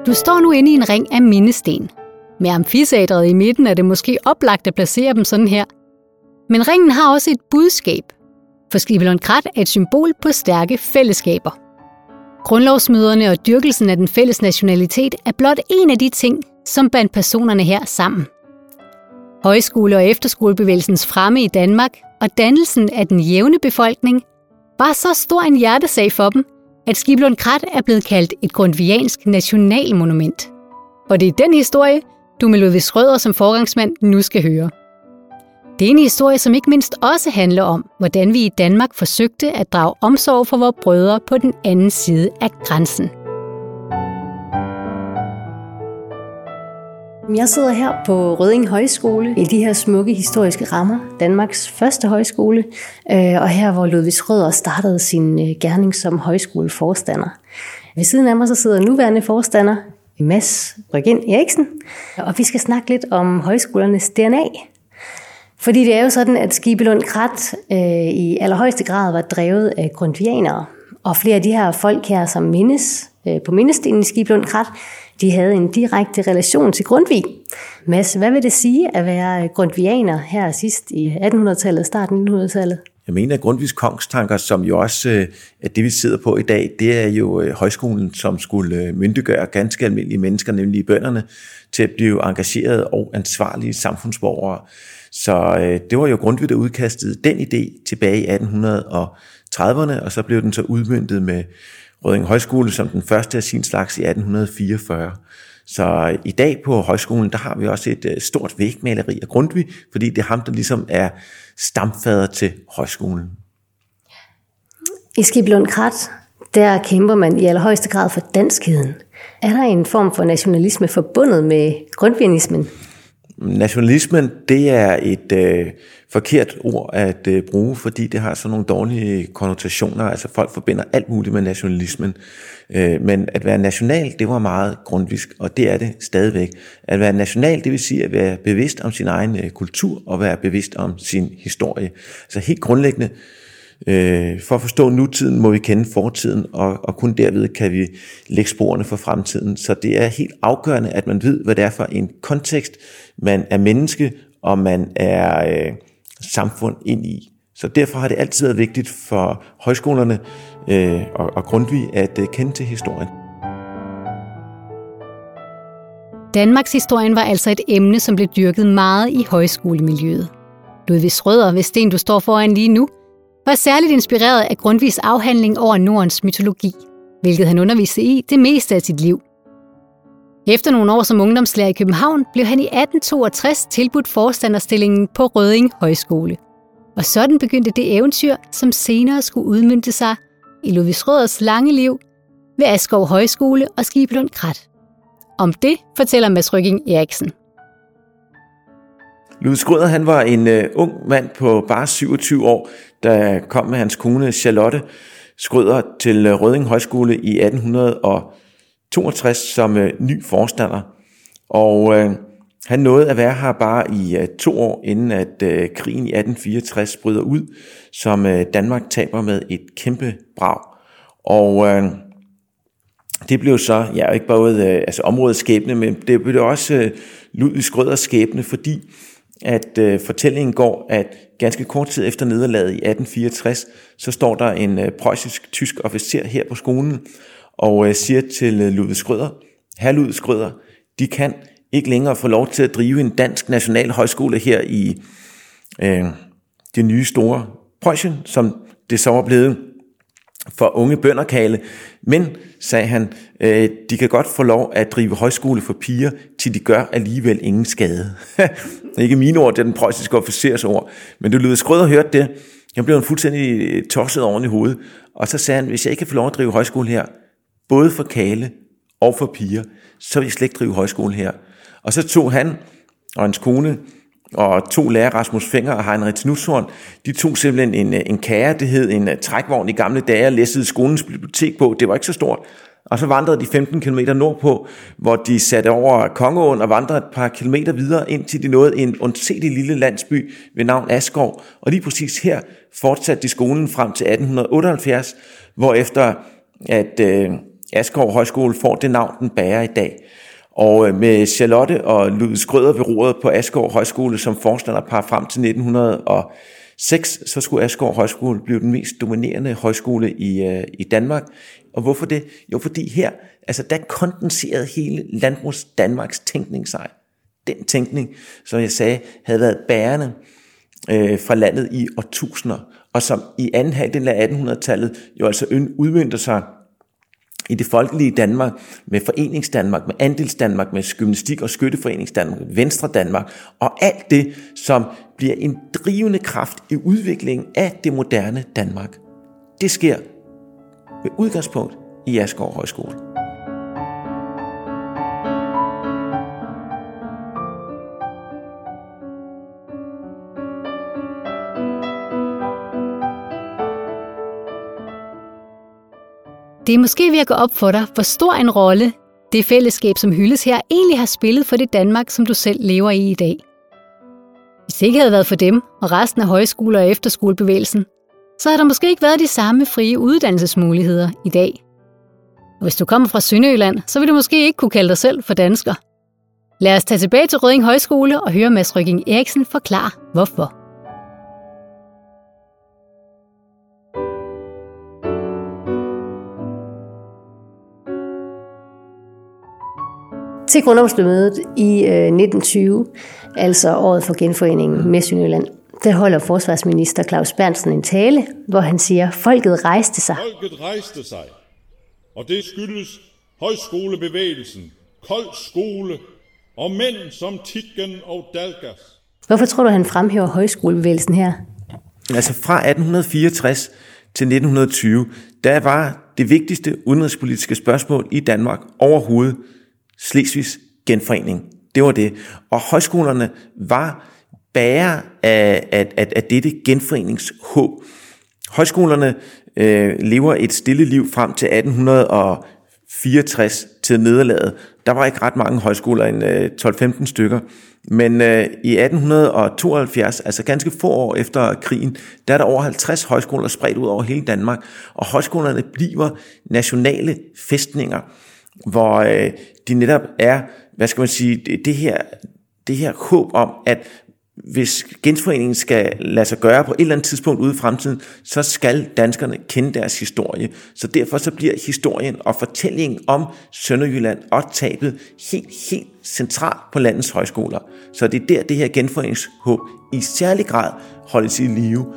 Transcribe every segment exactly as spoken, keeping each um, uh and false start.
Du står nu inde i en ring af mindesten. Med amfiteatret i midten er det måske oplagt at placere dem sådan her. Men ringen har også et budskab. For Skibelund Krat er et symbol på stærke fællesskaber. Grundlovsmøderne og dyrkelsen af den fælles nationalitet er blot en af de ting, som bandt personerne her sammen. Højskole- og efterskolebevægelsens fremme i Danmark og dannelsen af den jævne befolkning var så stor en hjertesag for dem, at Skibelund Krat er blevet kaldt et grundtvigiansk nationalmonument. Og det er den historie, du med Ludvig Schrøder som forgangsmand nu skal høre. Det er en historie, som ikke mindst også handler om, hvordan vi i Danmark forsøgte at drage omsorg for vores brødre på den anden side af grænsen. Jeg sidder her på Rødding Højskole i de her smukke historiske rammer. Danmarks første højskole, og her hvor Ludvig Schrøder startede sin gerning som højskoleforstander. Ved siden af mig så sidder nuværende forstander, Mads Rygind Eriksen, og vi skal snakke lidt om højskolernes D N A. Fordi det er jo sådan, at Skibelund Krat øh, i allerhøjeste grad var drevet af grundtvigianere. Og flere af de her folk her, som mindes øh, på mindestenen i Skibelund Krat, de havde en direkte relation til Grundtvig. Mads, hvad vil det sige at være grundtvigianer her sidst i attenhundredetallet, starten af nittenhundredetallet? Jeg mener, at Grundtvigs kongstanker, som jo også er det, vi sidder på i dag, det er jo højskolen, som skulle myndiggøre ganske almindelige mennesker, nemlig bønderne, til at blive engagerede og ansvarlige samfundsborgere. Så øh, det var jo Grundtvig, der udkastede den idé tilbage i atten trediverne, og så blev den så udmøntet med Rødding Højskole som den første af sin slags i atten fireogfyrre. Så i dag på højskolen, der har vi også et øh, stort vægmaleri af Grundtvig, fordi det er ham, der ligesom er stamfader til højskolen. I Skibelund Krat, der kæmper man i allerhøjeste grad for danskheden. Er der en form for nationalisme forbundet med grundtvigianismen? Nationalismen, det er et øh, forkert ord at øh, bruge, fordi det har sådan nogle dårlige konnotationer. Altså folk forbinder alt muligt med nationalismen. Øh, men at være national, det var meget grundtvigsk, og det er det stadigvæk. At være national, det vil sige at være bevidst om sin egen øh, kultur og være bevidst om sin historie. Så helt grundlæggende, øh, for at forstå nutiden, må vi kende fortiden, og, og kun derved kan vi lægge sporene for fremtiden. Så det er helt afgørende, at man ved, hvad det er for en kontekst, man er menneske, og man er øh, samfund ind i. Så derfor har det altid været vigtigt for højskolerne øh, og, og Grundtvig at øh, kende til historien. Danmarks historien var altså et emne, som blev dyrket meget i højskolemiljøet. Ludvig Schrøder, hvis sten du står foran lige nu, var særligt inspireret af Grundtvigs afhandling over Nordens mytologi, hvilket han underviste i det meste af sit liv. Efter nogle år som ungdomslærer i København blev han i atten toogtres tilbudt forstanderstillingen på Rødding Højskole. Og sådan begyndte det eventyr, som senere skulle udmønte sig i Ludvig Schrøders lange liv ved Askov Højskole og Skibelund Krat. Om det fortæller Mads Rygind Eriksen. Ludvig Schrøder, han var en uh, ung mand på bare syvogtyve år, der kom med hans kone Charlotte Schrøder til uh, Rødding Højskole i atten toogtres som uh, ny forstander. Og uh, han nåede at være her bare i uh, to år, inden at uh, krigen i atten fireogtres bryder ud, som uh, Danmark taber med et kæmpe brag. Og uh, det blev så, ja, ikke bare uh, altså områdets skæbne, men det blev også uh, Ludvig Schrøders skæbne, fordi at uh, fortællingen går, at ganske kort tid efter nederlaget i atten fireogtres, så står der en uh, preussisk-tysk officer her på skolen, og uh, siger til uh, Ludvig Schrøder: Herre Ludvig Schrøder, de kan ikke længere få lov til at drive en dansk national højskole her i uh, det nye store Preussen, som det så var blevet for unge bønderkale. Men, sagde han, øh, de kan godt få lov at drive højskole for piger, til de gør alligevel ingen skade. Ikke mine ord, det er den preussiske officers ord. Men du Ludvig Schrøder hørte det, jeg blev en fuldstændig tosset oven i hovedet. Og så sagde han, hvis jeg ikke kan få lov at drive højskole her, både for kale og for piger, så vil jeg slet ikke drive højskole her. Og så tog han og hans kone og to lærer, Rasmus Fenger og Heinrich Nussholm, de tog simpelthen en, en kære, det hed en trækvogn i gamle dage, og læssede skolens bibliotek på. Det var ikke så stort. Og så vandrede de femten kilometer nordpå, hvor de satte over Kongeåen og vandrede et par kilometer videre, indtil de nåede en undselig lille landsby ved navn Askov. Og lige præcis her fortsatte de skolen frem til atten otteoghalvfjerds, hvor efter at øh, Askov Højskole får det navn, den bærer i dag. Og med Charlotte og Ludvig Schrøder ved roret på Askov Højskole som forstanderpar frem til nitten hundrede og seks, så skulle Askov Højskole blive den mest dominerende højskole i, i Danmark. Og hvorfor det? Jo, fordi her, altså der kondenserede hele landbrugs Danmarks tænkning sig. Den tænkning, som jeg sagde, havde været bærende øh, fra landet i årtusinder, og som i anden halvdel af attenhundredetallet jo altså udmønter sig i det folkelige Danmark, med Forenings-Danmark, med Andels-Danmark, med Gymnastik- og Skytteforenings-Danmark, med Venstre-Danmark, og alt det, som bliver en drivende kraft i udviklingen af det moderne Danmark. Det sker med udgangspunkt i Askov Højskole. Det er måske ved at gå op for dig, hvor stor en rolle det fællesskab, som hyldes her, egentlig har spillet for det Danmark, som du selv lever i i dag. Hvis det ikke havde været for dem og resten af højskoler og efterskolebevægelsen, så havde der måske ikke været de samme frie uddannelsesmuligheder i dag. Og hvis du kommer fra Sønderjylland, så vil du måske ikke kunne kalde dig selv for dansker. Lad os tage tilbage til Rødding Højskole og høre Mads Røging Eriksen forklare, hvorfor. Til grundlovsmødet i nitten tyve, altså året for genforeningen med Sønderjylland, der holder forsvarsminister Claus Berntsen en tale, hvor han siger, folket rejste sig. Folket rejste sig, og det skyldes højskolebevægelsen, kold skole og mænd som Tietgen og Dalgas. Hvorfor tror du, han fremhæver højskolebevægelsen her? Altså fra atten fireogtres til nitten tyve, der var det vigtigste udenrigspolitiske spørgsmål i Danmark overhovedet Slesvigs genforening. Det var det. Og højskolerne var bærer af, af, af, af dette genforeningshåb. Højskolerne øh, lever et stille liv frem til atten fireogtres til nederlaget. Der var ikke ret mange højskoler, end øh, tolv femten stykker. Men øh, i atten tooghalvfjerds, altså ganske få år efter krigen, der er der over halvtreds højskoler spredt ud over hele Danmark. Og højskolerne bliver nationale fæstninger, hvor øh, de netop er, hvad skal man sige, det, det her, det her håb om, at hvis genforeningen skal lade sig gøre på et eller andet tidspunkt ude i fremtiden, så skal danskerne kende deres historie. Så derfor så bliver historien og fortællingen om Sønderjylland og tabet helt, helt centralt på landets højskoler. Så det er der, det her genforeningshåb i særlig grad holdes i live.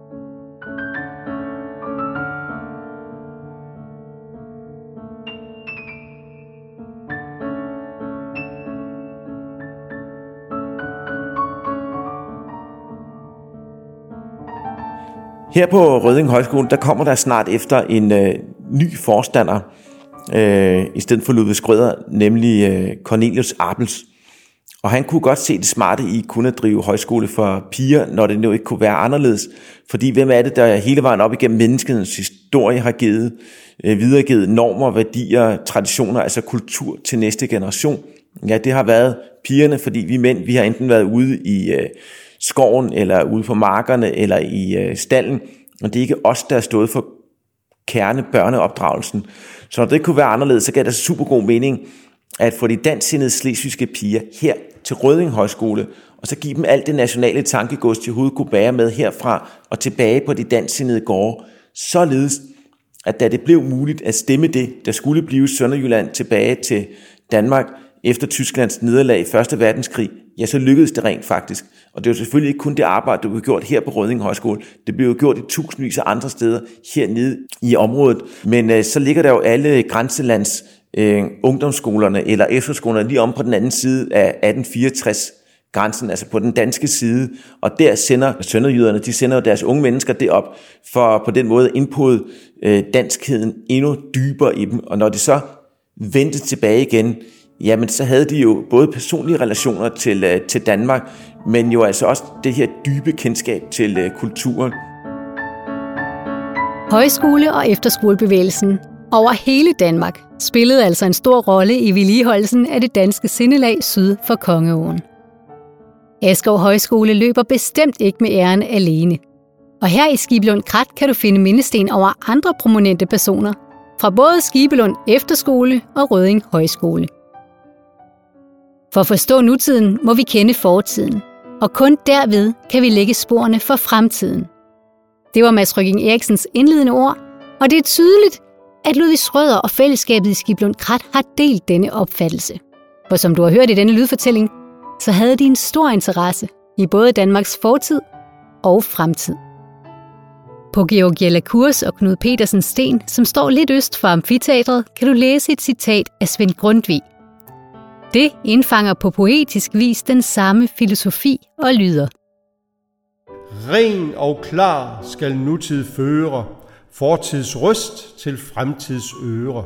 Her på Rødding Højskole, der kommer der snart efter en øh, ny forstander, øh, i stedet for Ludvig Schrøder, nemlig øh, Cornelius Appels. Og han kunne godt se det smarte i kun at drive højskole for piger, når det nu ikke kunne være anderledes. Fordi hvem er det, der hele vejen op igennem menneskets historie har givet, øh, videregivet normer, værdier, traditioner, altså kultur til næste generation? Ja, det har været pigerne, fordi vi mænd, vi har enten været ude i øh, skoven, eller ude på markerne, eller i øh, stallen, og det er ikke os, der er stået for kernebørneopdragelsen. Så når det kunne være anderledes, så gav det super god mening at få de dansksindede slesvigske piger her til Rødding Højskole, og så give dem alt det nationale tankegods, de overhovedet kunne bære med herfra og tilbage på de dansksindede gårde, således at da det blev muligt at stemme det, der skulle blive Sønderjylland tilbage til Danmark efter Tysklands nederlag i første verdenskrig, ja, så lykkedes det rent faktisk. Og det var selvfølgelig ikke kun det arbejde, der blev gjort her på Rødding Højskole. Det blev jo gjort i tusindvis af andre steder hernede i området. Men øh, så ligger der jo alle grænselands øh, ungdomsskolerne eller efterskolerne lige om på den anden side af atten fireogtres grænsen, altså på den danske side. Og der sender sønderjyderne, de sender jo deres unge mennesker derop for på den måde indpode øh, danskheden endnu dybere i dem. Og når de så vendte tilbage igen, jamen så havde de jo både personlige relationer til, til Danmark, men jo altså også det her dybe kendskab til uh, kulturen. Højskole- og efterskolebevægelsen over hele Danmark spillede altså en stor rolle i vedligeholdelsen af det danske sindelag syd for Kongeåen. Askov Højskole løber bestemt ikke med æren alene. Og her i Skibelund Krat kan du finde mindesten over andre prominente personer, fra både Skibelund Efterskole og Rødding Højskole. For at forstå nutiden må vi kende fortiden, og kun derved kan vi lægge sporene for fremtiden. Det var Mads Røging Eriksens indledende ord, og det er tydeligt, at Ludvig Schrøder og fællesskabet i Skibelund Krat har delt denne opfattelse. For som du har hørt i denne lydfortælling, så havde de en stor interesse i både Danmarks fortid og fremtid. På Georgia Lacours og Knud Petersens sten, som står lidt øst for amfiteatret, kan du læse et citat af Svend Grundtvig. Det indfanger på poetisk vis den samme filosofi og lyder: Ren og klar skal nutid føre, fortids røst til fremtids øre.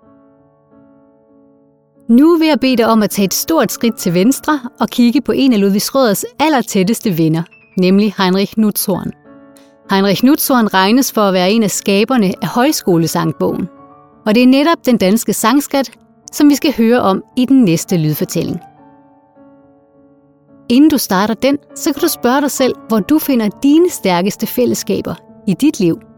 Nu vil jeg bede dig om at tage et stort skridt til venstre og kigge på en af Ludvig Schrøders allertætteste venner, nemlig Heinrich Nutzhorn. Heinrich Nutzhorn regnes for at være en af skaberne af Højskolesangbogen, og det er netop den danske sangskat, som vi skal høre om i den næste lydfortælling. Inden du starter den, så kan du spørge dig selv, hvor du finder dine stærkeste fællesskaber i dit liv.